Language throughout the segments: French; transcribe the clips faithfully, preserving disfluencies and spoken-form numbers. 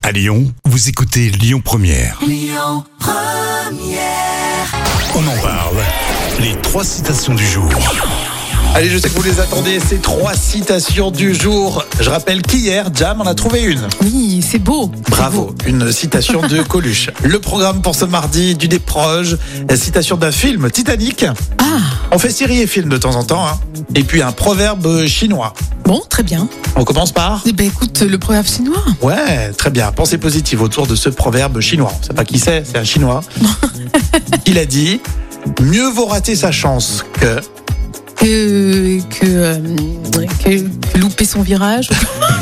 À Lyon, vous écoutez Lyon Première. Lyon Première. On en parle. Les trois citations du jour. Allez, je sais que vous les attendez, ces trois citations du jour. Je rappelle qu'hier, Jam en a trouvé une. Oui, c'est beau. Bravo, une citation de Coluche. Le programme pour ce mardi du Desproges, la citation d'un film, Titanic. Ah, On fait série et film de temps en temps. Hein. Et puis un proverbe chinois. bon, très bien. On commence par Eh ben écoute, le proverbe chinois. Ouais, très bien. Pensée positive autour de ce proverbe chinois. On ne sait pas qui c'est, c'est un chinois. Il a dit « Mieux vaut rater sa chance que... » Que, que, euh, que, que louper son virage.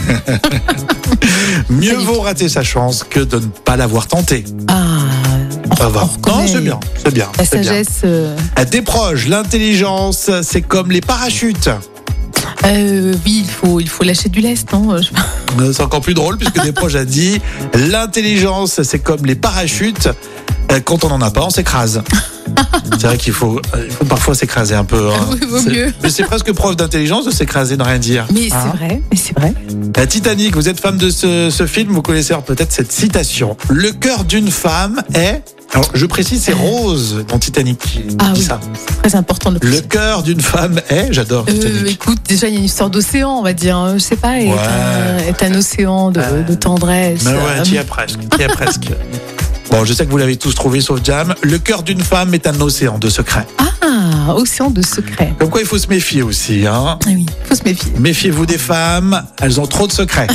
Mieux Pas du vaut rater sa chance que de ne pas l'avoir tenté. Ah, Ça va. on reconnaît Non, c'est bien, c'est bien. La c'est bien. sagesse. Euh, À des proches, l'intelligence, c'est comme les parachutes. euh, oui, il faut, il faut lâcher du lest, non Je- Euh, C'est encore plus drôle puisque des proches a dit l'intelligence, c'est comme les parachutes. Euh, Quand on n'en a pas, on s'écrase. C'est vrai qu'il faut, euh, il faut parfois s'écraser un peu. Hein. Oui, vaut C'est- mieux. Mais c'est presque preuve d'intelligence de s'écraser, de rien dire. Mais Hein. c'est vrai, mais c'est vrai. La Titanic, vous êtes fan de ce, ce film, vous connaissez alors peut-être cette citation. Le cœur d'une femme est... Alors, je précise, c'est Rose dans Titanic qui Ah dit oui, ça. c'est très important de le Le préciser. cœur d'une femme est... J'adore Euh, Titanic. écoute, déjà il y a une histoire d'océan, on va dire. hein, Je sais pas, est, Ouais. un, est un océan de, Euh, de tendresse. Mais ouais, euh, tu y es presque. Tu y es presque. Bon, je sais que vous l'avez tous trouvé, sauf Jam. Le cœur d'une femme est un océan de secrets. Ah, océan de secrets. Comme quoi, il faut se méfier aussi. Hein. Ah oui, faut se méfier. Méfiez-vous des femmes, elles ont trop de secrets.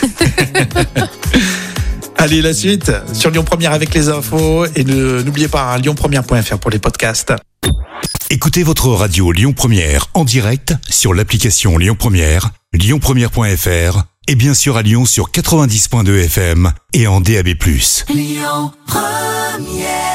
Allez, la suite sur Lyon Première avec les infos. Et ne- n'oubliez pas, hein, lyon première point f r pour les podcasts. Écoutez votre radio Lyon Première en direct sur l'application Lyon Première, lyon première point f r et bien sûr à Lyon sur quatre-vingt-dix point deux F M et en D A B plus. Lyon Première.